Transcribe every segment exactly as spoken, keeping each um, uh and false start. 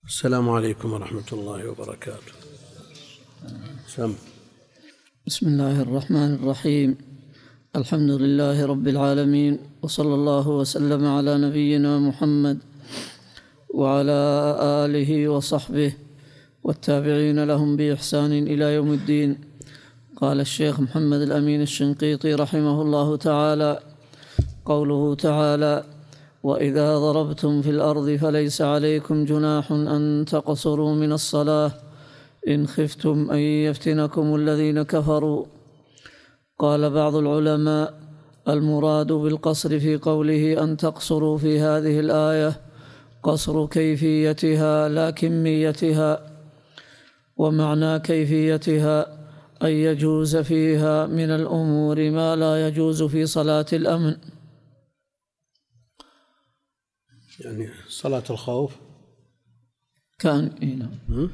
السلام عليكم ورحمة الله وبركاته. سم. بسم الله الرحمن الرحيم. الحمد لله رب العالمين، وصلى الله وسلم على نبينا محمد وعلى آله وصحبه والتابعين لهم بإحسان إلى يوم الدين. قال الشيخ محمد الأمين الشنقيطي رحمه الله تعالى: قوله تعالى: وإذا ضربتم في الأرض فليس عليكم جناح أن تقصروا من الصلاة إن خفتم أن يفتنكم الذين كفروا. قال بعض العلماء: المراد بالقصر في قوله أن تقصروا في هذه الآية قصر كيفيتها لا كميتها، ومعنى كيفيتها أن يجوز فيها من الأمور ما لا يجوز في صلاة الأمن، يعني صلاة الخوف كان إينا.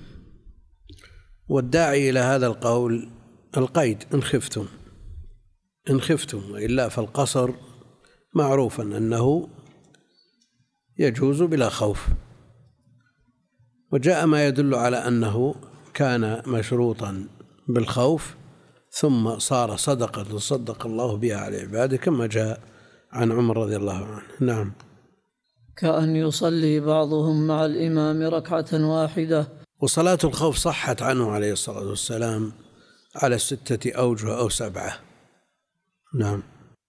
والداعي إلى هذا القول القيد إن خفتم، إن خفتم، وإلا فالقصر معروفا أنه يجوز بلا خوف، وجاء ما يدل على أنه كان مشروطا بالخوف ثم صار صدقة صدق الله بها على عباده، كما جاء عن عمر رضي الله عنه. نعم. كأن يصلي بعضهم مع الإمام ركعة واحدة. وصلاة الخوف صحت عنه عليه الصلاة والسلام على ستة أوجه أو سبعة. نعم.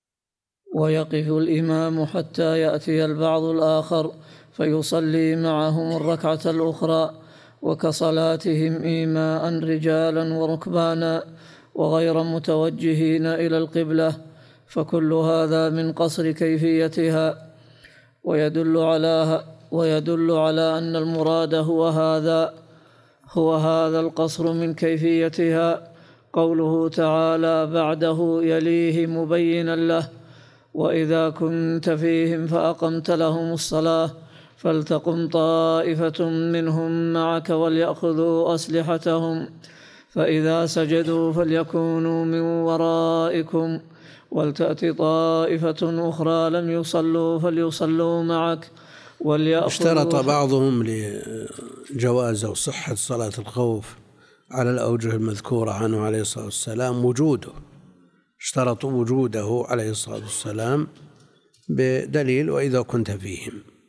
ويقف الإمام حتى يأتي البعض الآخر فيصلي معهم الركعة الأخرى، وكصلاتهم إيماء رجالا وركبانا وغير متوجهين إلى القبلة، فكل هذا من قصر كيفيتها. ويدل على ويدل على أن المراد هو هذا هو هذا القصر من كيفيتها قوله تعالى بعده يليه مبينا له: وإذا كنت فيهم فأقمت لهم الصلاة فلتقم طائفة منهم معك وليأخذوا أسلحتهم فإذا سجدوا فليكونوا من ورائكم ولتأت طائفة أخرى لم يصلوا فليصلوا معك وليأخذوا. اشترط بعضهم لجواز أو صحة صلاة الخوف على الأوجه المذكورة عنه عليه الصلاة والسلام وجوده، اشترطوا وجوده عليه الصلاة والسلام بدليل وإذا كنت فيهم،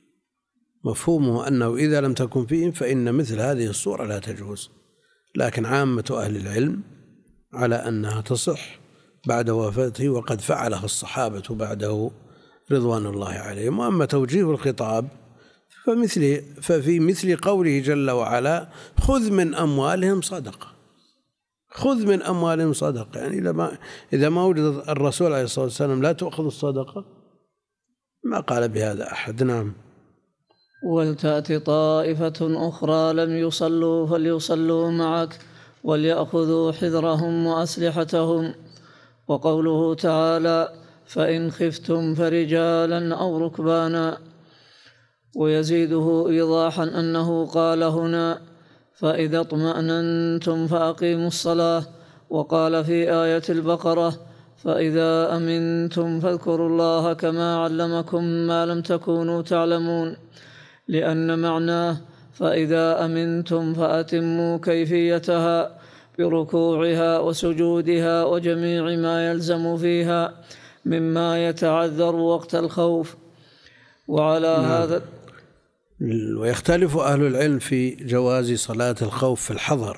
مفهومه أنه إذا لم تكن فيهم فإن مثل هذه الصورة لا تجوز، لكن عامة أهل العلم على أنها تصح بعد وفاته، وقد فعلها الصحابة بعده رضوان الله عليهم. وأما توجيه الخطاب فمثل ففي مثل قوله جل وعلا: خذ من أموالهم صدقة، خذ من أموالهم صدقة، يعني إذا ما إذا ما وجد الرسول عليه الصلاة والسلام لا تأخذ الصدقة، ما قال بهذا أحد. نعم. ولتأت طائفة أخرى لم يصلوا فليصلوا معك وليأخذوا حذرهم وأسلحتهم. وقوله تعالى: فإن خفتم فرجالا أو ركبانا. ويزيده إيضاحا أنه قال هنا: فإذا اطمأننتم فأقيموا الصلاة، وقال في آية البقرة: فإذا أمنتم فاذكروا الله كما علمكم ما لم تكونوا تعلمون، لأن معناه فإذا أمنتم فأتموا كيفيتها بركوعها وسجودها وجميع ما يلزم فيها مما يتعذر وقت الخوف. وعلى نعم. هذا ويختلف أهل العلم في جواز صلاة الخوف في الحضر،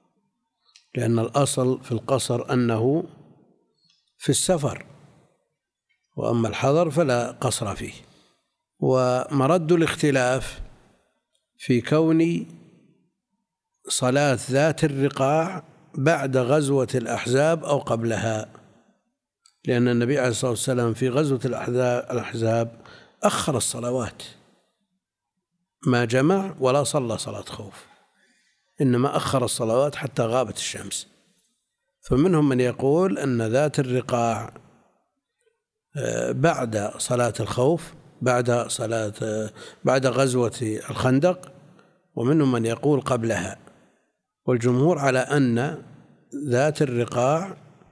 لأن الأصل في القصر أنه في السفر، وأما الحضر فلا قصر فيه. ومرد الاختلاف في كون صلاة ذات الرقاع بعد غزوة الأحزاب أو قبلها، لأن النبي عليه الصلاة والسلام في غزوة الأحزاب أخر الصلوات، ما جمع ولا صلى صلاة خوف، إنما أخر الصلوات حتى غابت الشمس. فمنهم من يقول أن ذات الرقاع بعد صلاة الخوف، بعد صلاة بعد غزوة الخندق، ومنهم من يقول قبلها، والجمهور على أن ذات الرقاع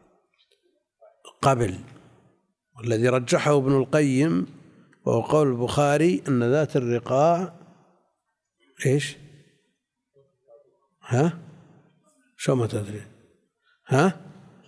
قبل. والذي رجحه ابن القيم وهو قول البخاري أن ذات الرقاع إيش ها؟ شو ما تدري؟ ها؟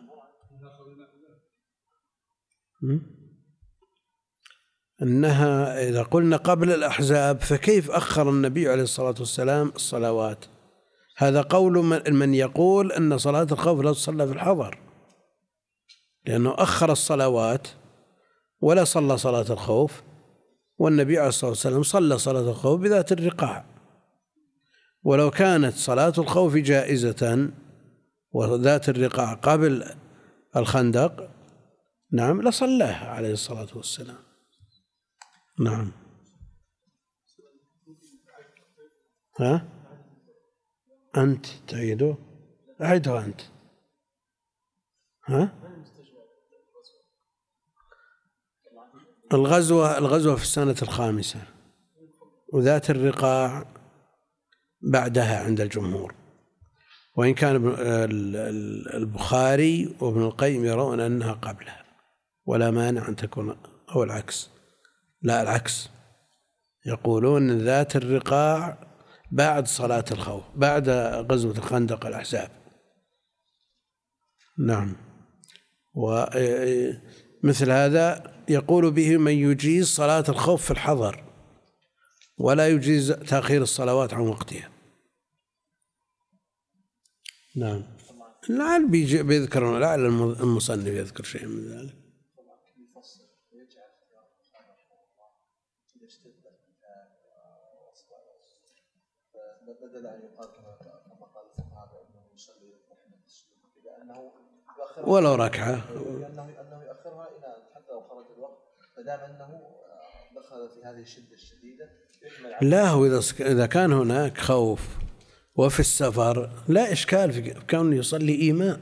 أنها إذا قلنا قبل الأحزاب فكيف أخر النبي عليه الصلاة والسلام الصلوات؟ هذا قول من يقول أن صلاة الخوف لا تصلى في الحضر، لأنه أخر الصلوات ولا صلى صلاة الخوف، والنبي عليه الصلاة والسلام صلى صلاة الخوف بذات الرقاع. ولو كانت صلاة الخوف جائزة وذات الرقاع قبل الخندق نعم لصلاها عليه الصلاة والسلام. نعم. ها؟ أنت تعيده؟ أعيده أنت. ها؟ الغزوة الغزوة في السنة الخامسة، وذات الرقاع بعدها عند الجمهور، وإن كان البخاري وابن القيم يرون أنها قبلها ولا مانع أن تكون، أو العكس، لا العكس، يقولون ذات الرقاع بعد صلاة الخوف، بعد غزوة الخندق الأحزاب. نعم. ومثل هذا يقول به من يجيز صلاة الخوف في الحضر ولا يجيز تأخير الصلوات عن وقتها. نعم. لعل بيذكر، لعل المصنف يذكر شيء من ذلك. بدل أن يقال كما قال الفقهاء أنه يصلي لأنه ولو ركعة، لأنه أنه يؤخرها إلى حتى لو خرج الوقت، فدام أنه دخل في هذه الشدة الشديدة. لا، هو إذا كان هناك خوف وفي السفر لا إشكال في كونه يصلي إيماء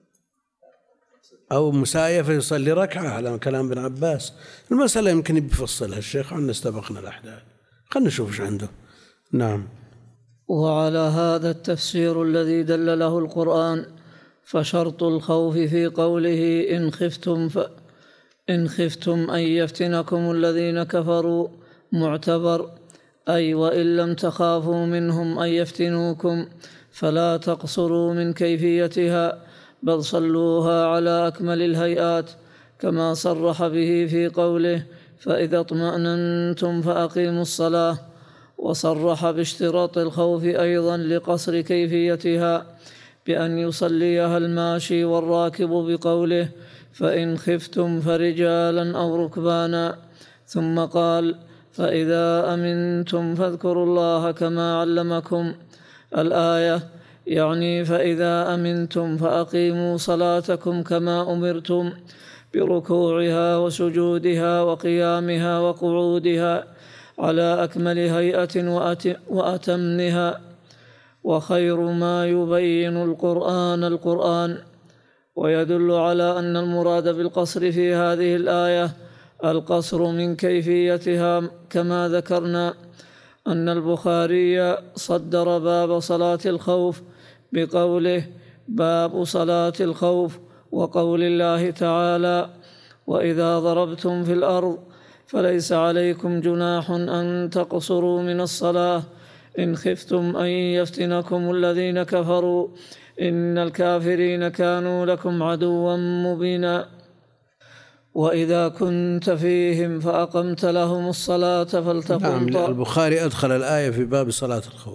أو مسايفة يصلي ركعة على كلام ابن عباس. المسألة يمكن يفصلها الشيخ، عنا استبقنا الأحداث، خلنا نشوف ايش عنده. نعم. وعلى هذا التفسير الذي دل له القرآن فشرط الخوف في قوله إن خفتم ف... إن خفتم أن يفتنكم الذين كفروا معتبر، أي وإن لم تخافوا منهم أن يفتنوكم فلا تقصروا من كيفيتها بل صلوها على أكمل الهيئات، كما صرح به في قوله فإذا اطمأننتم فأقيموا الصلاة. وصرح باشتراط الخوف أيضا لقصر كيفيتها بأن يصليها الماشي والراكب بقوله فإن خفتم فرجالا أو ركبانا، ثم قال فإذا أمنتم فاذكروا الله كما علمكم الآية، يعني فإذا أمنتم فأقيموا صلاتكم كما أمرتم بركوعها وسجودها وقيامها وقعودها على أكمل هيئة وأتمها. وخير ما يبين القرآن القرآن. ويدل على أن المراد بالقصر في هذه الآية القصر من كيفيتها، كما ذكرنا أن البخاري صدر باب صلاة الخوف بقوله باب صلاة الخوف، وقول الله تعالى وإذا ضربتم في الأرض فليس عليكم جناح أن تقصروا من الصلاة إن خفتم أن يفتنكم الذين كفروا إن الكافرين كانوا لكم عدوا مبينا. وإذا كنت فيهم فأقمت لهم الصلاة فلتقم. نعم، البخاري أدخل الآية في باب صلاة الخوف،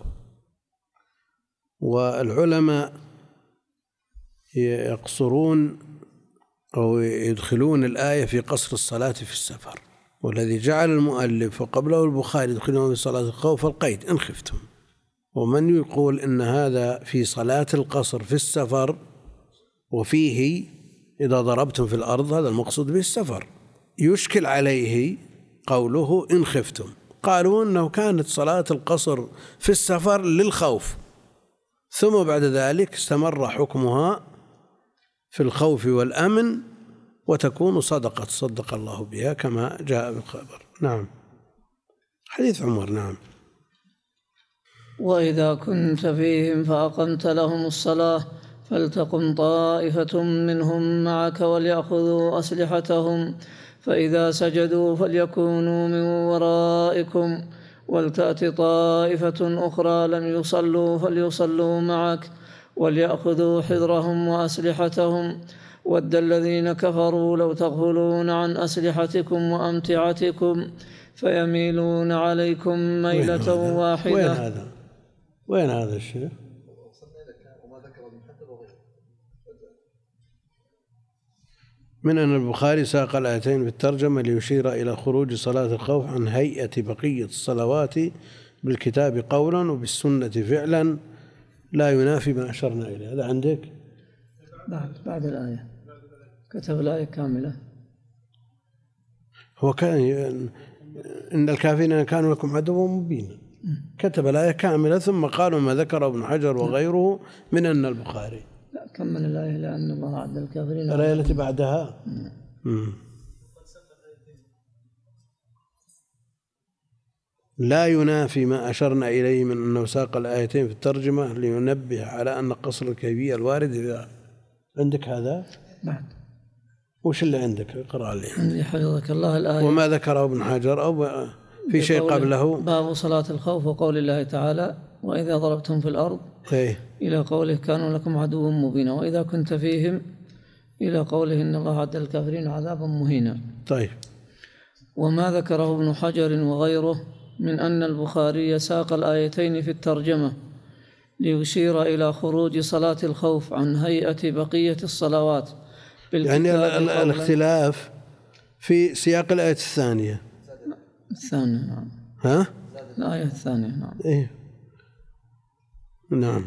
والعلماء يقصرون أو يدخلون الآية في قصر الصلاة في السفر، والذي جعل المؤلف وقبله البخاري يدخلون في صلاة الخوف القيد إن خفتم. ومن يقول إن هذا في صلاة القصر في السفر وفيه إذا ضربتم في الأرض، هذا المقصود به السفر. يشكل عليه قوله إن خفتم، قالوا أنه كانت صلاة القصر في السفر للخوف، ثم بعد ذلك استمر حكمها في الخوف والأمن، وتكون صدقة صدق الله بها كما جاء بالخبر. نعم، حديث عمر. نعم. وإذا كنت فيهم فأقمت لهم الصلاة فلتقم طائفة منهم معك وليأخذوا أسلحتهم فإذا سجدوا فليكونوا من ورائكم ولتأت طائفة أخرى لم يصلوا فليصلوا معك وليأخذوا حذرهم وأسلحتهم ود الذين كفروا لو تغفلون عن أسلحتكم وأمتعتكم فيميلون عليكم ميلة واحدة. وين هذا؟ وين هذا الشيء؟ من أن البخاري ساق الآيتين في الترجمة ليشير إلى خروج صلاة الخوف عن هيئة بقية الصلوات بالكتاب قولا وبالسنة فعلا لا ينافي ما أشرنا إليه. هذا عندك؟ بعد بعد الآية كتب الآية كاملة. هو كان إن الكافرين كانوا لكم عدوا مبينا، كتب الآية كاملة ثم قالوا ما ذكر ابن حجر وغيره من أن البخاري. لا كمل الآية لأن الله عد الكافرين. الآية التي بعدها مم. لا ينافي ما أشرنا إليه من أنه ساق الآيتين في الترجمة لينبه على أن قصر الكيفية الوارد إذا عندك هذا بعد. وش اللي عندك؟ اقرأ لي. عندي حفظك الله الآية وما ذكره ابن حجر أو في شيء قبله. باب صلاة الخوف وقول الله تعالى وإذا ضربتم في الأرض إيه؟ إلى قوله كانوا لكم عدوا مبينا وإذا كنت فيهم إلى قوله إن الله عد الكافرين عذابا مهينا. طيب. وما ذكره ابن حجر وغيره من أن البخاري ساق الآيتين في الترجمة ليشير إلى خروج صلاة الخوف عن هيئة بقية الصلوات يعني الاختلاف في سياق الآية الثانية. الثانية نعم. ها؟ الآية الثانية نعم. إيه نعم.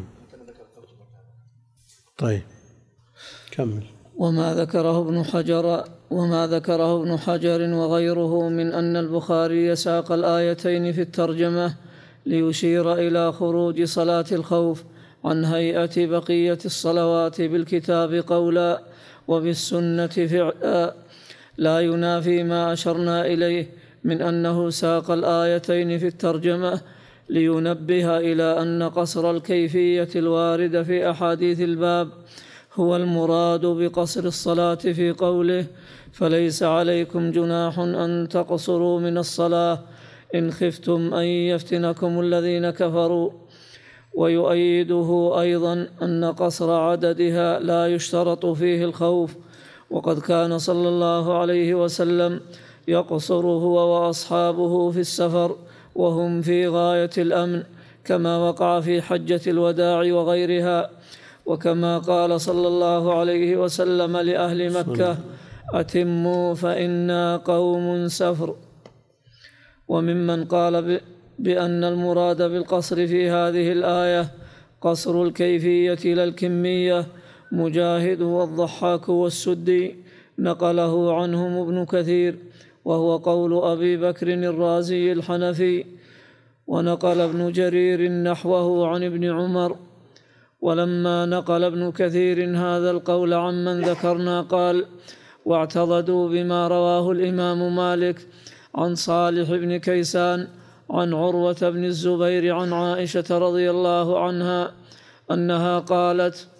طيب كمل. وما ذكره ابن حجر وما ذكره ابن حجر وغيره من أن البخاري ساق الآيتين في الترجمة ليشير إلى خروج صلاة الخوف عن هيئة بقية الصلوات بالكتاب قولا وبالسنة فعلا لا ينافي ما أشرنا إليه من أنه ساق الآيتين في الترجمة لينبه إلى أن قصر الكيفية الواردة في أحاديث الباب هو المراد بقصر الصلاة في قوله فليس عليكم جناح أن تقصروا من الصلاة إن خفتم أن يفتنكم الذين كفروا. ويؤيده أيضا أن قصر عددها لا يشترط فيه الخوف وقد كان صلى الله عليه وسلم يقصر هو وأصحابه في السفر وهم في غاية الأمن كما وقع في حجة الوداع وغيرها وكما قال صلى الله عليه وسلم لأهل مكة أتموا فإنا قوم سفر. وممن قال بأن المراد بالقصر في هذه الآية قصر الكيفية لا الكمية مجاهد والضحاك والسدي نقله عنهم ابن كثير وهو قول أبي بكر الرازي الحنفي ونقل ابن جرير نحوه عن ابن عمر. ولما نقل ابن كثير هذا القول عمن ذكرنا قال واعتضدوا بما رواه الإمام مالك عن صالح بن كيسان عن عروة بن الزبير عن عائشة رضي الله عنها أنها قالت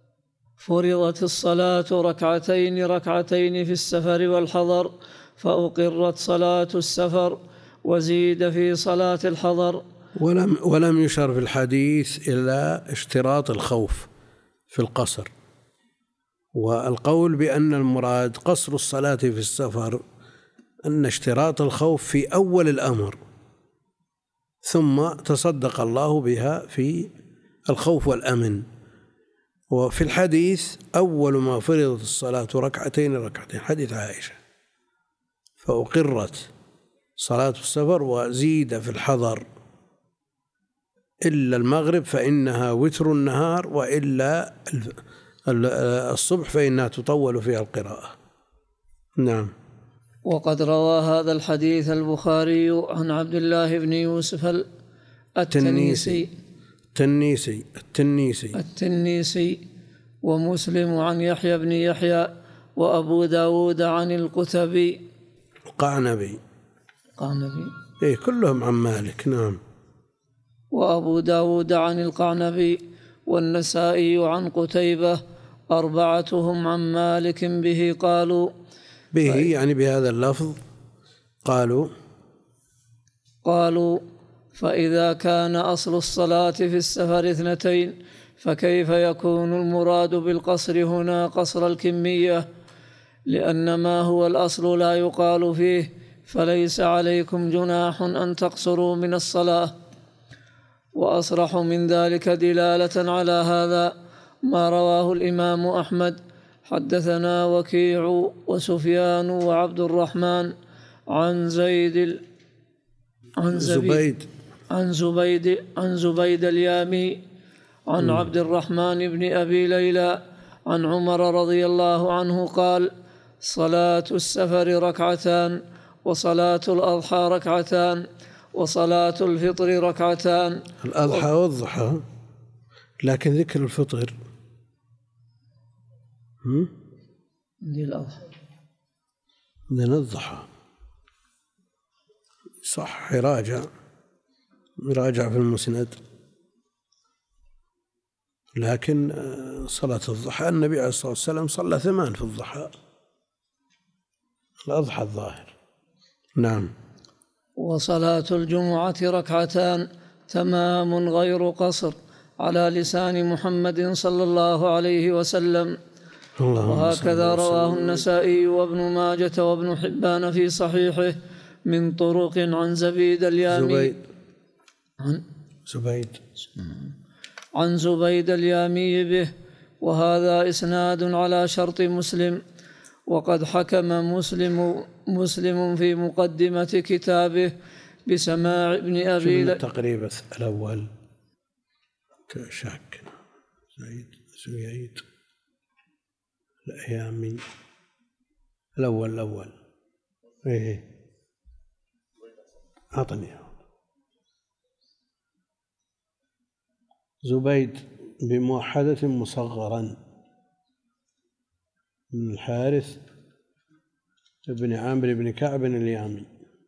فرضت الصلاة ركعتين ركعتين في السفر والحضر فأقرت صلاة السفر وزيد في صلاة الحضر. ولم ولم يشر في الحديث إلا اشتراط الخوف في القصر والقول بأن المراد قصر الصلاة في السفر أن اشتراط الخوف في أول الأمر ثم تصدق الله بها في الخوف والأمن. وفي الحديث أول ما فرضت الصلاة ركعتين ركعتين حديث عائشة فأقرت صلاة السفر وزيد في الحضر إلا المغرب فإنها وتر النهار وإلا الصبح فإنها تطول فيها القراءة. نعم. وقد روى هذا الحديث البخاري عن عبد الله بن يوسف التنيسي التنيسي التنيسي التنيسي ومسلم عن يحيى بن يحيى وأبو داود عن القتبي القعنبي القعنبي إيه كلهم عن مالك. نعم. وأبو داود عن القعنبي والنسائي عن قتيبة أربعتهم عن مالك به قالوا به يعني بهذا اللفظ قالوا قالوا فإذا كان أصل الصلاة في السفر اثنتين فكيف يكون المراد بالقصر هنا قصر الكمية؟ لأن ما هو الأصل لا يقال فيه فليس عليكم جناح أن تقصروا من الصلاة. وأصرح من ذلك دلالة على هذا ما رواه الإمام أحمد: حدثنا وكيع وسفيان وعبد الرحمن عن زيد عن زبيد عن زبيد عن زبيد اليامي عن عبد الرحمن بن أبي ليلى عن عمر رضي الله عنه قال: صلاة السفر ركعتان، وصلاة الأضحى ركعتان، وصلاة الفطر ركعتان. الأضحى والضحى، لكن ذكر الفطر دي الأضحى من الضحى صح. يراجع يراجع في المسند. لكن صلاة الضحى النبي عليه الصلاة والسلام صلى ثمان في الضحى، الأضحى الظاهر. نعم. وصلاة الجمعة ركعتان تمام غير قصر على لسان محمد صلى الله عليه وسلم. وهكذا رواه النسائي وابن ماجة وابن حبان في صحيحه من طرق عن زبيد اليامي زبيد عن زبيد عن زبيد اليامي به، وهذا إسناد على شرط مسلم. وقد حكم مسلم مسلم في مقدمة كتابه بسماع ابن أبي ليلى تقريبا الأول شاك زيد زيد الأيامي الأول الأول إيه أعطني زبيد بموحدة مصغرا من الحارث بن عامر بن كعب اليامي،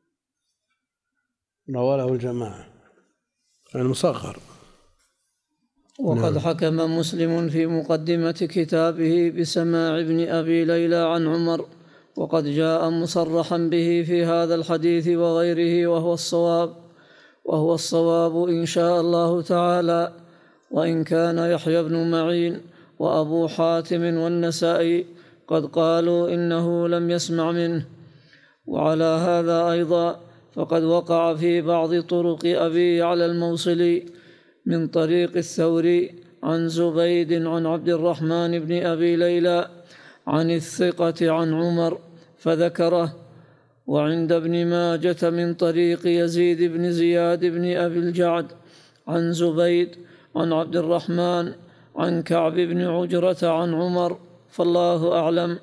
رواه له الجماعة، يعني مصغر. وقد نعم. حكم مسلم في مقدمة كتابه بسماع ابن أبي ليلى عن عمر، وقد جاء مصرحا به في هذا الحديث وغيره، وهو الصواب وهو الصواب إن شاء الله تعالى. وإن كان يحيى بن معين وأبو حاتم والنسائي قد قالوا إنه لم يسمع منه. وعلى هذا أيضا فقد وقع في بعض طرق أبي على الموصلي من طريق الثوري عن زبيد عن عبد الرحمن بن أبي ليلى عن الثقة عن عمر فذكره. وعند ابن ماجة من طريق يزيد بن زياد بن أبي الجعد عن زبيد عن عبد الرحمن عن كعب بن عجرة عن عمر، فالله أعلم.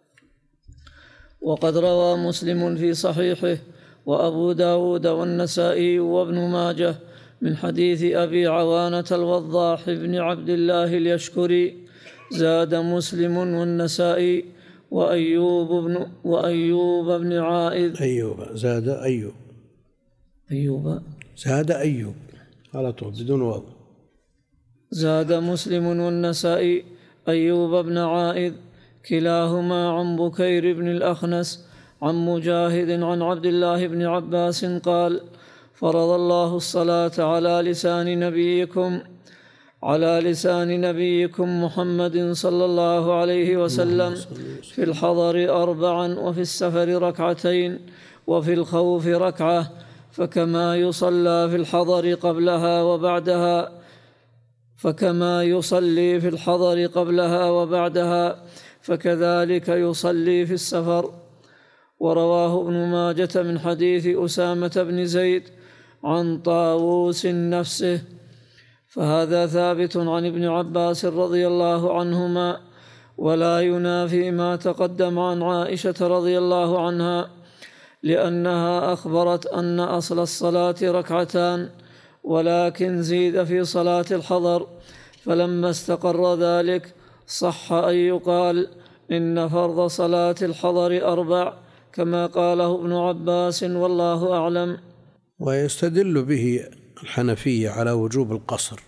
وقد روى مسلم في صحيحه وأبو داود والنسائي وابن ماجه من حديث أبي عوانة الوضاح بن عبد الله اليشكري: زاد مسلم والنسائي وأيوب بن وأيوب بن عائذ. أيوب زاد أيوب أيوب زاد أيوب على طول بدون واو. زاد مسلم والنسائي أيوب بن عائذ كلاهما عن بكير بن الأخنس عن مجاهد عن عبد الله بن عباس قال: فرض الله الصلاة على لسان نبيكم على لسان نبيكم محمد صلى الله عليه وسلم في الحضر أربعا، وفي السفر ركعتين، وفي الخوف ركعة، فكما يصلى في الحضر قبلها وبعدها فكما يصلي في الحضر قبلها وبعدها فكذلك يصلي في السفر. ورواه ابن ماجة من حديث أسامة بن زيد عن طاووس نفسه، فهذا ثابت عن ابن عباس رضي الله عنهما، ولا ينافي ما تقدم عن عائشة رضي الله عنها، لأنها أخبرت أن أصل الصلاة ركعتان، ولكن زيد في صلاة الحضر، فلما استقر ذلك صح أن يقال إن فرض صلاة الحضر أربع كما قاله ابن عباس، والله أعلم. ويستدل به الحنفية على وجوب القصر،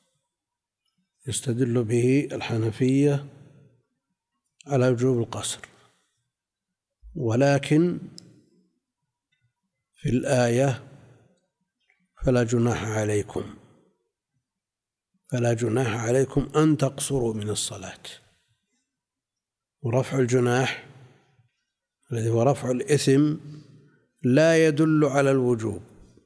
يستدل به الحنفية على وجوب القصر، ولكن في الآية في فلا جناح عليكم فلا جناح عليكم أن تقصروا من الصلاة. ورفع الجناح الذي هو رفع الإثم لا يدل على الوجوب،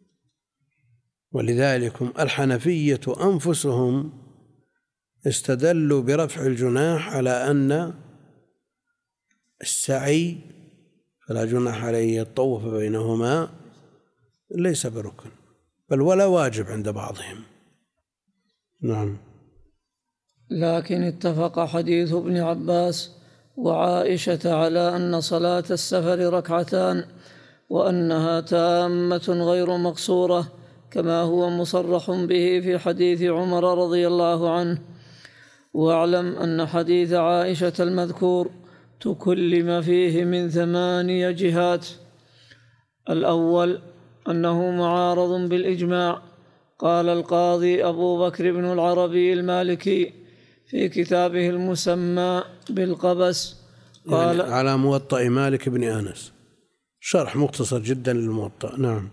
ولذلك الحنفية أنفسهم استدلوا برفع الجناح على أن السعي فلا جناح عليه يطوف بينهما ليس بركن بل ولا واجب عند بعضهم. نعم. لكن اتفق حديث ابن عباس وعائشة على أن صلاة السفر ركعتان وأنها تامة غير مقصورة، كما هو مصرح به في حديث عمر رضي الله عنه. واعلم أن حديث عائشة المذكور تكلم فيه من ثمانية جهات. الأول أنه معارض بالإجماع. قال القاضي أبو بكر بن العربي المالكي في كتابه المسمى بالقبس قال يعني على موطأ مالك بن أنس، شرح مختصر جدا للموطأ. نعم.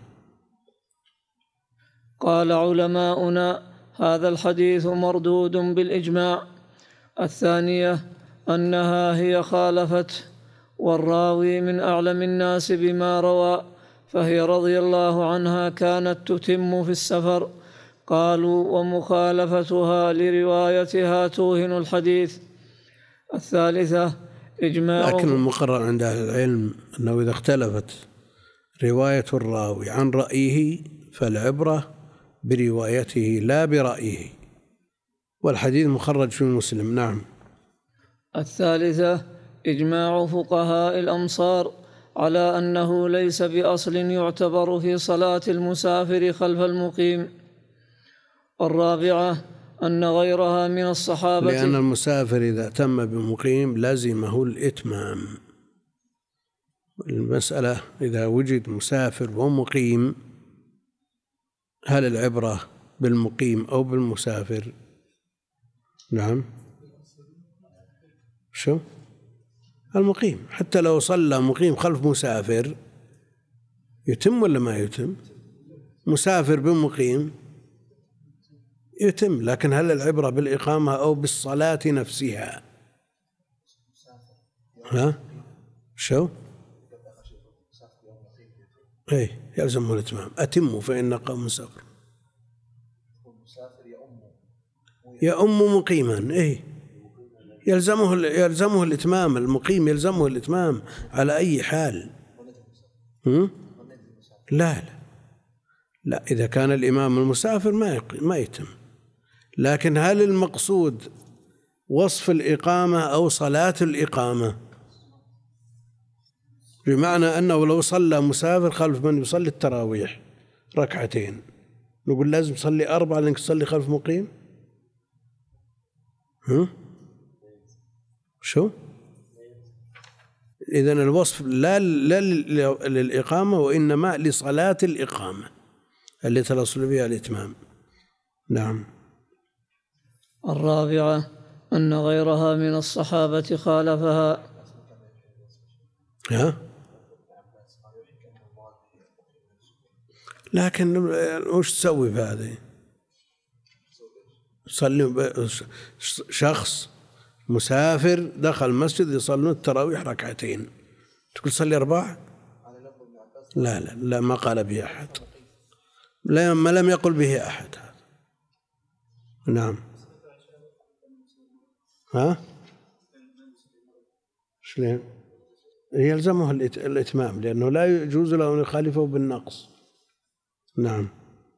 قال علماؤنا هذا الحديث مردود بالإجماع. الثانية أنها هي خالفت، والراوي من أعلم الناس بما روى، فهي رضي الله عنها كانت تتم في السفر. قالوا ومخالفتها لروايتها توهن الحديث. الثالثة إجماع. لكن المقرر عند أهل العلم أنه إذا اختلفت رواية الراوي عن رأيه فالعبرة بروايته لا برأيه، والحديث مخرج في مسلم. نعم. الثالثة إجماع فقهاء الأمصار على أنه ليس بأصل يعتبر في صلاة المسافر خلف المقيم. الرابعة أن غيرها من الصحابة، لأن المسافر إذا تم بمقيم لازمه الإتمام. المسألة إذا وجد مسافر ومقيم هل العبرة بالمقيم أو بالمسافر؟ نعم. شو؟ المقيم حتى لو صلى مقيم خلف مسافر يتم ولا ما يتم؟ مسافر بمقيم يتم، لكن هل العبرة بالإقامة أو بالصلاة نفسها؟ ها؟ شو؟ اي يلزمه الاتمام. أتم فإن قوم سفر يؤم مقيما. اي يلزمه يلزمه الاتمام. المقيم يلزمه الاتمام على أي حال. هم؟ لا لا لا إذا كان الإمام المسافر ما ما يتم. لكن هل المقصود وصف الإقامة أو صلاة الإقامة؟ بمعنى أنه لو صلى مسافر خلف من يصلي التراويح ركعتين نقول لازم تصلي أربعة لأنك تصلي خلف مقيم؟ ها؟ شو؟ إذن الوصف لا للإقامة وإنما لصلاة الإقامة التي الأصل بها الإتمام. نعم. الرابعة أن غيرها من الصحابة خالفها. ها؟ لكن وش تسوي في هذه؟ صلي شخص مسافر دخل مسجد يصلون التراويح ركعتين تقول صلي أربعة؟ لا لا لا ما قال به أحد، لا ما لم يقل به أحد. نعم. ها؟ شلون؟ يلزمه الإتمام لأنه لا يجوز له أن يخالفه بالنقص. نعم.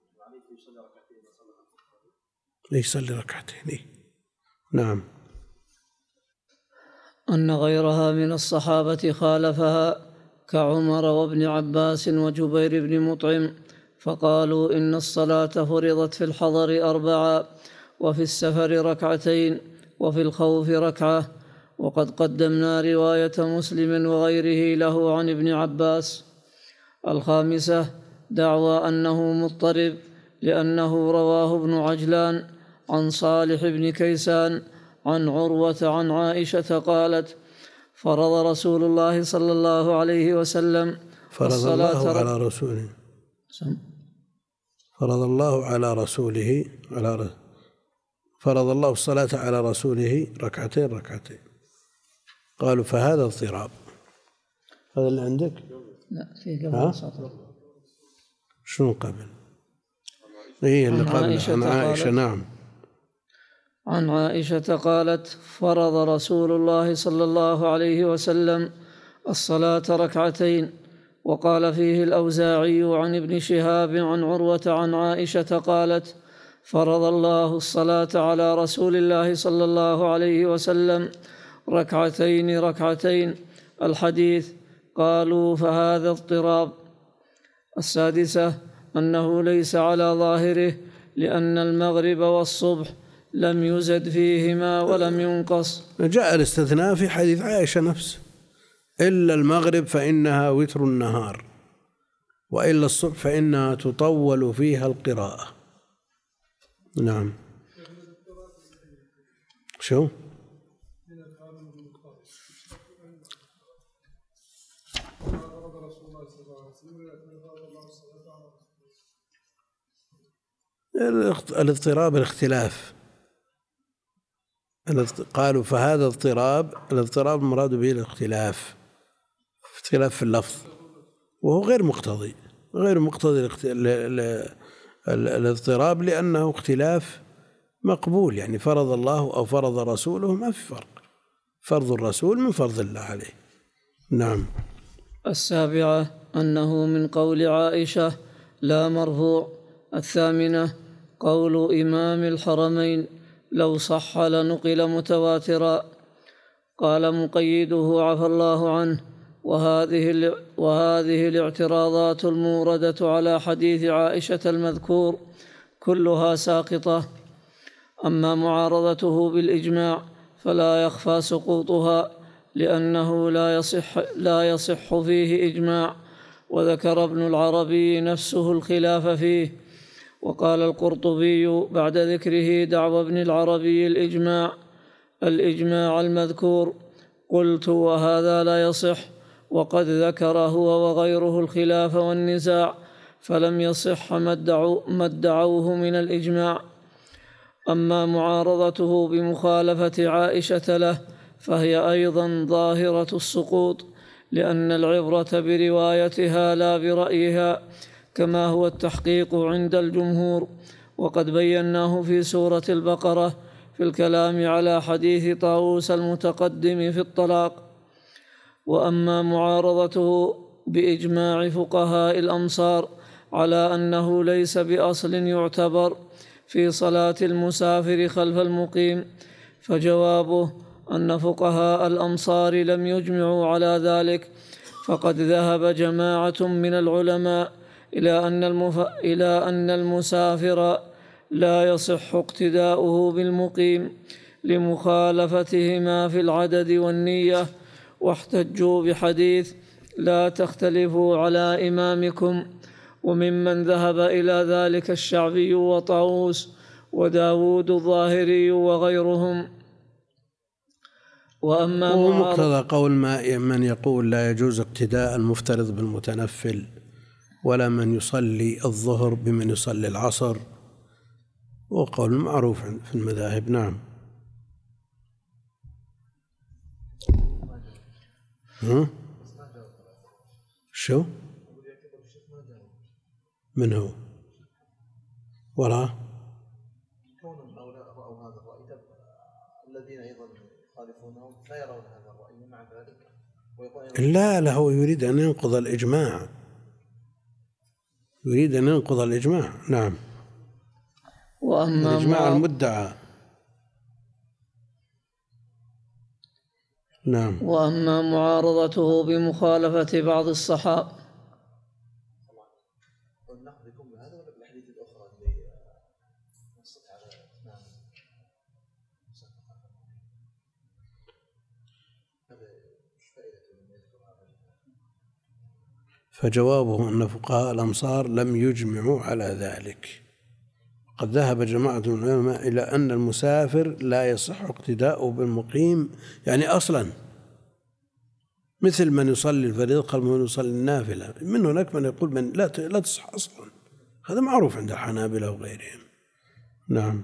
يصلي ركعتين. إيه؟ نعم. أن غيرها من الصحابة خالفها كعمر وابن عباس وجبير بن مطعم، فقالوا إن الصلاة فرضت في الحضر أربعة وفي السفر ركعتين وفي الخوف ركعة. وقد قدمنا رواية مسلم وغيره له عن ابن عباس. الخامسة دعوى أنه مضطرب لأنه رواه ابن عجلان عن صالح بن كيسان عن عروة عن عائشة قالت فرض رسول الله صلى الله عليه وسلم فرض الله على رسوله فرض الله على رسوله على فرض الله الصلاة على رسوله ركعتين ركعتين. قالوا فهذا اضطراب. هذا اللي عندك؟ لا في قبل سطر. شنو قبل؟ هي اللي قبل عن عائشة. نعم. عن عائشة قالت فرض رسول الله صلى الله عليه وسلم الصلاة ركعتين. وقال فيه الأوزاعي عن ابن شهاب عن عروة عن عائشة قالت فرض الله الصلاة على رسول الله صلى الله عليه وسلم ركعتين ركعتين. الحديث. قالوا فهذا اضطراب. السادسة أنه ليس على ظاهره لأن المغرب والصبح لم يزد فيهما ولم ينقص. جاء الاستثناء في حديث عائشة نفسه، إلا المغرب فإنها وتر النهار، وإلا الصبح فإنها تطول فيها القراءة. نعم. شو؟ الاضطراب الاختلاف. قالوا فهذا اضطراب. الاضطراب المراد به الاختلاف، اختلاف في اللفظ، وهو غير مقتضي غير مقتضي الاضطراب، لأنه اختلاف مقبول. يعني فرض الله أو فرض رسوله ما في فرق، فرض الرسول من فرض الله عليه. نعم. السابعة أنه من قول عائشة لا مرفوع. الثامنة قول إمام الحرمين لو صح لنقل متواترا. قال مقيده عفى الله عنه وهذه, وهذه الاعتراضات الموردة على حديث عائشة المذكور كلها ساقطة. أما معارضته بالإجماع فلا يخفى سقوطها لأنه لا يصح, لا يصح فيه إجماع، وذكر ابن العربي نفسه الخلاف فيه. وقال القرطبي بعد ذكره دعوى ابن العربي الإجماع الإجماع المذكور قلت وهذا لا يصح، وقد ذكر هو وغيره الخلاف والنزاع فلم يصح ما ادعوه من الإجماع. أما معارضته بمخالفة عائشة له فهي أيضا ظاهرة السقوط، لأن العبرة بروايتها لا برأيها كما هو التحقيق عند الجمهور، وقد بيناه في سورة البقرة في الكلام على حديث طاووس المتقدم في الطلاق. وأما معارضته بإجماع فقهاء الأمصار على أنه ليس بأصل يعتبر في صلاة المسافر خلف المقيم، فجوابه أن فقهاء الأمصار لم يجمعوا على ذلك، فقد ذهب جماعة من العلماء إلى أن, المف... إلى أن المسافر لا يصح اقتداؤه بالمقيم لمخالفتهما في العدد والنية، واحتجوا بحديث لا تختلفوا على إمامكم. وممن ذهب إلى ذلك الشعبي وطاووس وداود الظاهري وغيرهم. وأما ومقتضى قول ما من يقول لا يجوز اقتداء المفترض بالمتنفل، ولا من يصلي الظهر بمن يصلي العصر، وقول معروف في المذاهب. نعم. ها؟ شو؟ من هو؟ وراه؟ الذين أيضا يخالفونهم لا يرون هذا الرأي مع ذلك. لا لا هو يريد أن ينقض الإجماع، يريد أن ينقض الإجماع. نعم. وأما الإجماع المدعى. نعم. وأما معارضته بمخالفة بعض الصحابة فجوابه أن فقهاء الأمصار لم يجمعوا على ذلك. قد ذهب جماعة من العلماء إلى أن المسافر لا يصح اقتداؤه بالمقيم، يعني أصلا مثل من يصلي الفريضة قبل من يصلي النافلة. من هناك من يقول من لا لا تصح أصلا، هذا معروف عند الحنابلة وغيرهم. نعم.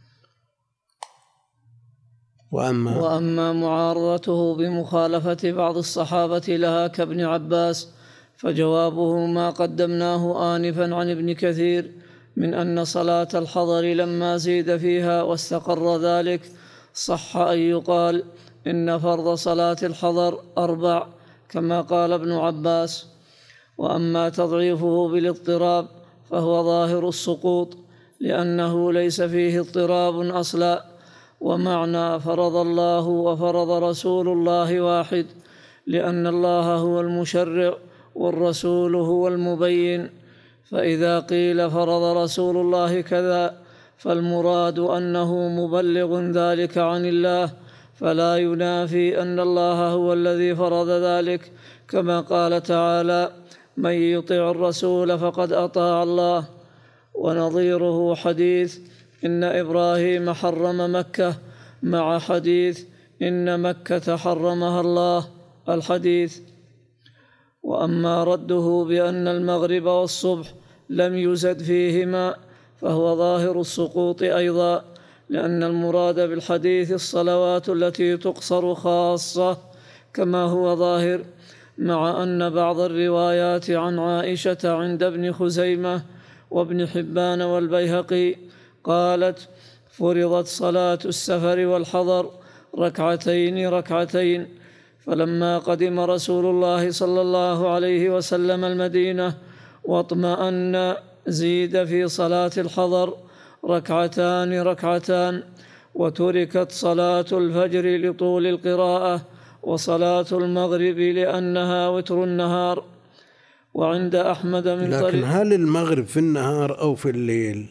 وأما وأما معارضته بمخالفة بعض الصحابة لها كابن عباس فجوابه ما قدمناه آنفا عن ابن كثير من أن صلاة الحضر لما زيد فيها واستقر ذلك صح أن يقال إن فرض صلاة الحضر أربع كما قال ابن عباس. وأما تضعيفه بالاضطراب فهو ظاهر السقوط لأنه ليس فيه اضطراب أصلا، ومعنى فرض الله وفرض رسول الله واحد، لأن الله هو المشرع والرسول هو المبين. فإذا قيل فرض رسول الله كذا فالمراد أنه مبلغ ذلك عن الله، فلا ينافي أن الله هو الذي فرض ذلك، كما قال تعالى: من يطع الرسول فقد أطاع الله. ونظيره حديث إن إبراهيم حرم مكة مع حديث إن مكة حرمها الله الحديث. وأما رده بأن المغرب والصبح لم يزد فيهما فهو ظاهر السقوط أيضا، لأن المراد بالحديث الصلوات التي تقصر خاصة كما هو ظاهر، مع أن بعض الروايات عن عائشة عند ابن خزيمة وابن حبان والبيهقي قالت: فرضت صلاة السفر والحضر ركعتين ركعتين. فلما قدم رسول الله صلى الله عليه وسلم المدينة واطمأن زيد في صلاة الحضر ركعتان ركعتان، وتركت صلاة الفجر لطول القراءة، وصلاة المغرب لأنها وتر النهار. وعند أحمد من لكن طريق هل المغرب في النهار أو في الليل؟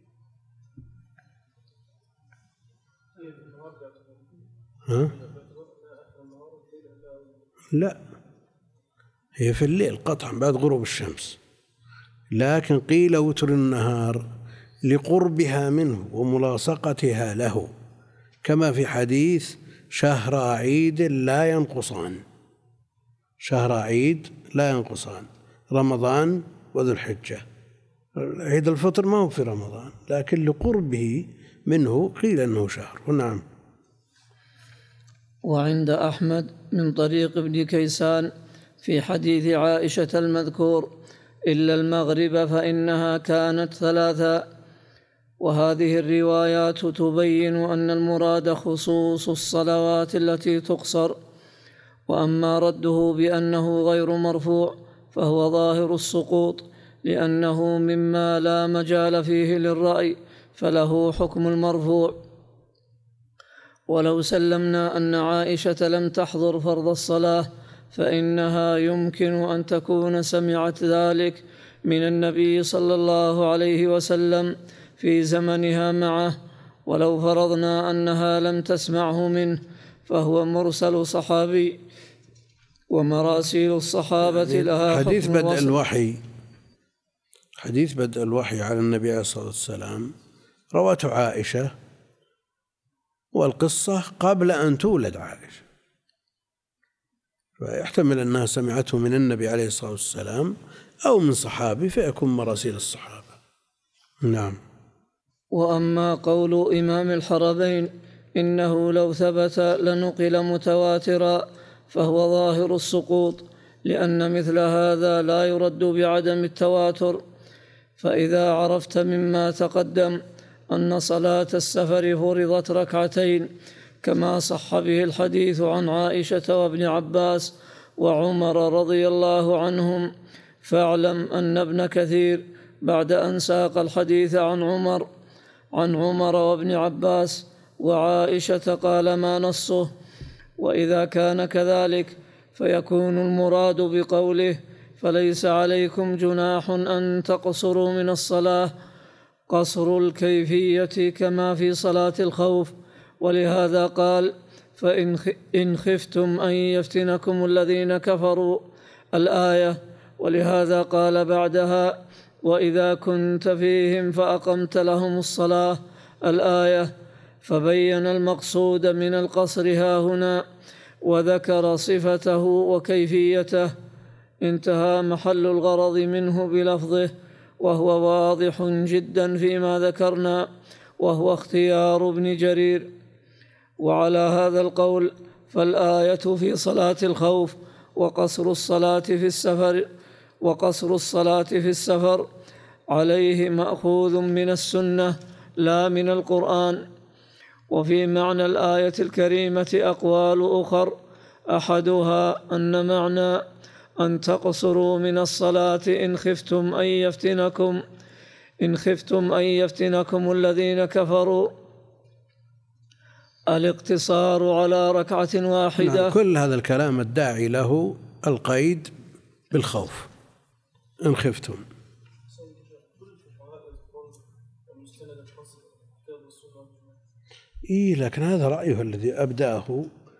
ها؟ لا، هي في الليل قطعا بعد غروب الشمس، لكن قيل وتر النهار لقربها منه وملاصقتها له، كما في حديث شهر عيد لا ينقصان، شهر عيد لا ينقصان، رمضان وذو الحجة. عيد الفطر ما هو في رمضان، لكن لقربه منه قيل أنه شهر. نعم. وعند أحمد من طريق ابن كيسان في حديث عائشة المذكور: إلا المغرب فإنها كانت ثلاثا. وهذه الروايات تبين أن المراد خصوص الصلوات التي تقصر. وأما رده بأنه غير مرفوع فهو ظاهر السقوط، لأنه مما لا مجال فيه للرأي، فله حكم المرفوع. ولو سلمنا أن عائشة لم تحضر فرض الصلاة فإنها يمكن أن تكون سمعت ذلك من النبي صلى الله عليه وسلم في زمنها معه، ولو فرضنا أنها لم تسمعه منه فهو مرسل صحابي، ومراسيل الصحابة لها حكم حديث بدء وصل. الوحي حديث بدء الوحي على النبي عليه الصلاة والسلام رواته عائشة، والقصة قبل أن تولد عائشة، فيحتمل أنها سمعته من النبي عليه الصلاة والسلام أو من صحابي، فيكون مراسيل الصحابة. نعم. وأما قول إمام الحرمين إنه لو ثبت لنقل متواترا فهو ظاهر السقوط، لأن مثل هذا لا يرد بعدم التواتر. فإذا عرفت مما تقدم أن صلاة السفر فرضت ركعتين كما صح به الحديث عن عائشة وابن عباس وعمر رضي الله عنهم، فاعلم أن ابن كثير بعد أن ساق الحديث عن عمر عن عمر وابن عباس وعائشة قال ما نصه. وإذا كان كذلك فيكون المراد بقوله فليس عليكم جناح أن تقصروا من الصلاة قصر الكيفية كما في صلاة الخوف، ولهذا قال فإن خفتم أن يفتنكم الذين كفروا الآية، ولهذا قال بعدها وإذا كنت فيهم فأقمت لهم الصلاة الآية، فبين المقصود من القصر هاهنا وذكر صفته وكيفيته، انتهى محل الغرض منه بلفظه وهو واضح جدا فيما ذكرنا، وهو اختيار ابن جرير. وعلى هذا القول فالآية في صلاة الخوف وقصر الصلاة في السفر وقصر الصلاة في السفر عليه مأخوذ من السنة لا من القرآن. وفي معنى الآية الكريمة أقوال أخر، أحدها أن معنى أن تقصروا من الصلاة إن خفتم أن يفتنكم إن خفتم أن يفتنكم الذين كفروا الاقتصار على ركعة واحدة. نعم، كل هذا الكلام الداعي له القيد بالخوف إن خفتم. إيه، لكن هذا رأيه الذي أبدأه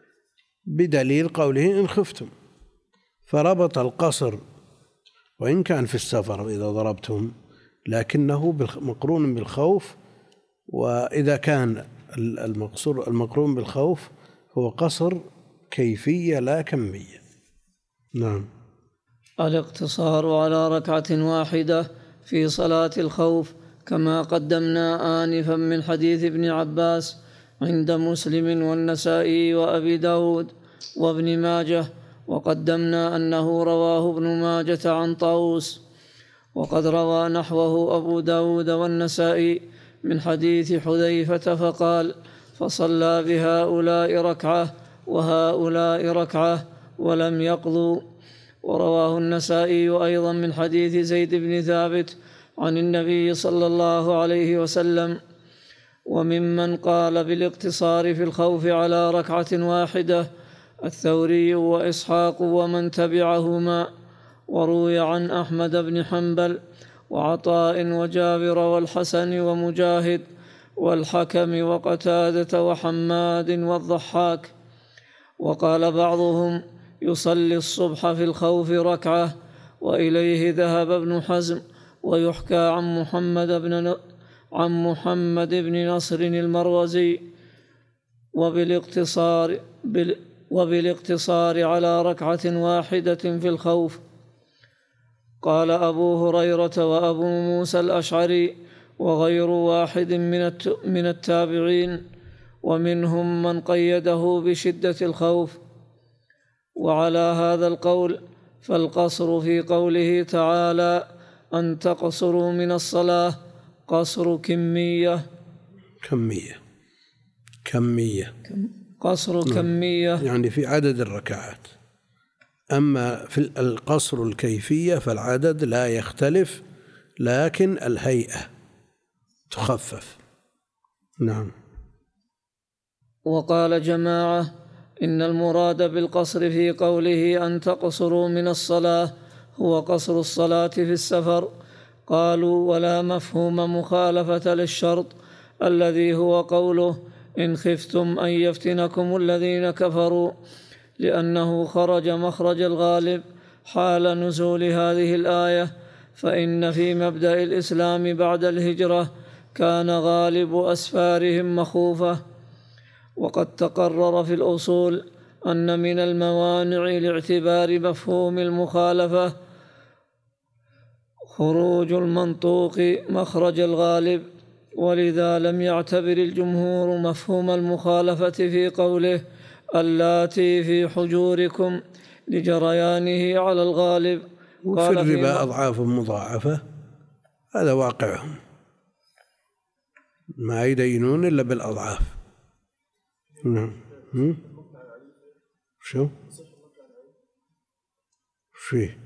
بدليل قوله إن خفتم، فربط القصر وإن كان في السفر إذا ضربتم، لكنه مقرون بالخوف. وإذا كان المقصور المقرون بالخوف هو قصر كيفية لا كمية. نعم. الاقتصار على ركعة واحدة في صلاة الخوف كما قدمنا آنفا من حديث ابن عباس عند مسلم والنسائي وأبي داود وابن ماجه، وقدمنا أنه رواه ابن ماجة عن طاووس، وقد روى نحوه أبو داود والنسائي من حديث حذيفة فقال: فصلى بهؤلاء ركعة وهؤلاء ركعة ولم يقضوا. ورواه النسائي أيضا من حديث زيد بن ثابت عن النبي صلى الله عليه وسلم. وممن قال بالاقتصار في الخوف على ركعة واحدة الثوري وإسحاق ومن تبعهما، وروي عن أحمد بن حنبل وعطاء وجابر والحسن ومجاهد والحكم وقتادة وحماد والضحاك. وقال بعضهم يصلي الصبح في الخوف ركعة، وإليه ذهب ابن حزم، ويحكى عن محمد بن عن محمد بن نصر المروزي وبالاقتصار وبالاقتصار على ركعة واحدة في الخوف. قال أبو هريرة وأبو موسى الأشعري وغير واحد من التابعين، ومنهم من قيده بشدة الخوف. وعلى هذا القول فالقصر في قوله تعالى أن تقصروا من الصلاة قصر كمية كمية كمية قصر كمية يعني في عدد الركعات. أما في القصر الكيفية فالعدد لا يختلف، لكن الهيئة تخفف. نعم. وقال جماعة إن المراد بالقصر في قوله أن تقصروا من الصلاة هو قصر الصلاة في السفر. قالوا ولا مفهوم مخالفة للشرط الذي هو قوله إن خفتم أن يفتنكم الذين كفروا، لأنه خرج مخرج الغالب حال نزول هذه الآية. فإن في مبدأ الإسلام بعد الهجرة كان غالب أسفارهم مخوفة. وقد تقرر في الأصول أن من الموانع لاعتبار مفهوم المخالفة خروج المنطوق مخرج الغالب، ولذا لم يعتبر الجمهور مفهوم المخالفة في قوله اللاتي في حجوركم لجريانه على الغالب. وفي الربا أضعاف مضاعفة، هذا واقعهم، ما يدينون إلا بالأضعاف. نعم. شو فيه؟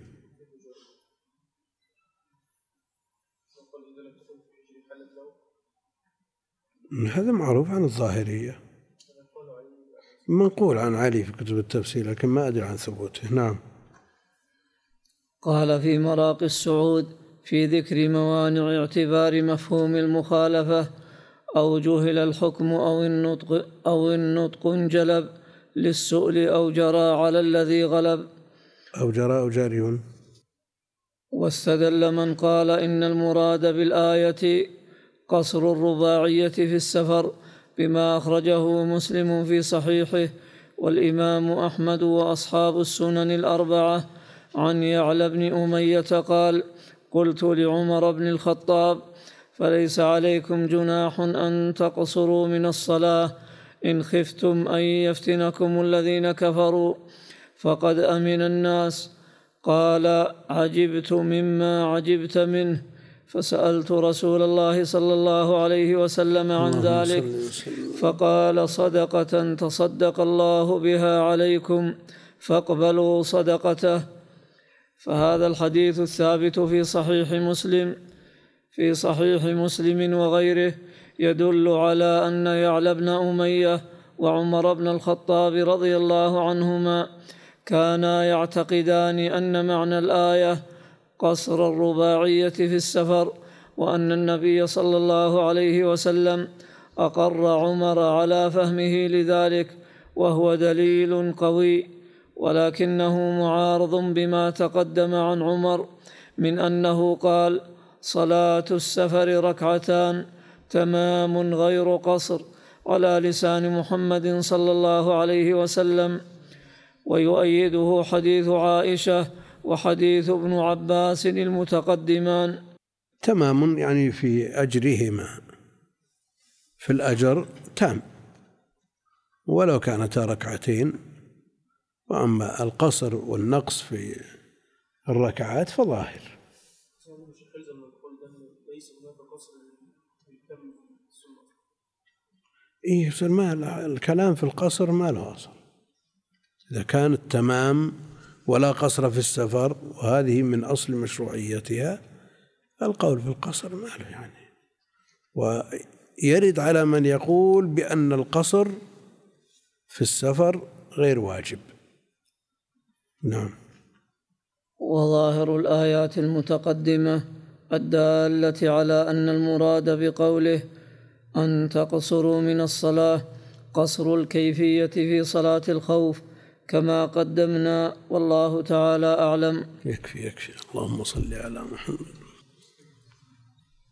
هذا معروف عن الظاهرية، منقول عن علي في كتب التفسير، لكن ما أدري عن ثبوته. نعم. قال في مراقي السعود في ذكر موانع اعتبار مفهوم المخالفة: أو جهل الحكم أو النطق أو النطق انجلب للسؤل أو جرى على الذي غلب أو جرى أو جاري. واستدل من قال إن المراد بالآية قصر الرباعية في السفر بما أخرجه مسلم في صحيحه والإمام أحمد وأصحاب السنن الأربعة عن يعلى بن أمية قال: قلت لعمر بن الخطاب: فليس عليكم جناح أن تقصروا من الصلاة إن خفتم أن يفتنكم الذين كفروا فقد أمن الناس. قال: عجبت مما عجبت منه، فسألت رسول الله صلى الله عليه وسلم عن ذلك فقال: صدقة تصدق الله بها عليكم فاقبلوا صدقته. فهذا الحديث الثابت في صحيح مسلم في صحيح مسلم وغيره يدل على أن يعلى بن أمية وعمر بن الخطاب رضي الله عنهما كانا يعتقدان أن معنى الآية قصر الرباعية في السفر، وأن النبي صلى الله عليه وسلم أقر عمر على فهمه لذلك، وهو دليل قوي، ولكنه معارض بما تقدم عن عمر من أنه قال: صلاة السفر ركعتان تمام غير قصر، على لسان محمد صلى الله عليه وسلم. ويؤيده حديث عائشة وحديث ابن عباس المتقدمان. تمام يعني في أجرهما، في الأجر تام ولو كانتا ركعتين، وأما القصر والنقص في الركعات فظاهر. إيه ما الكلام في القصر ما له أصل، إذا كان التمام ولا قصر في السفر وهذه من أصل مشروعيتها، القول في القصر ما له يعني. ويرد على من يقول بأن القصر في السفر غير واجب. نعم. وظاهر الآيات المتقدمة الدالة على أن المراد بقوله أن تقصروا من الصلاة قصر الكيفية في صلاة الخوف كما قدمنا، والله تعالى أعلم. يكفي يكفي اللهم صل على محمد.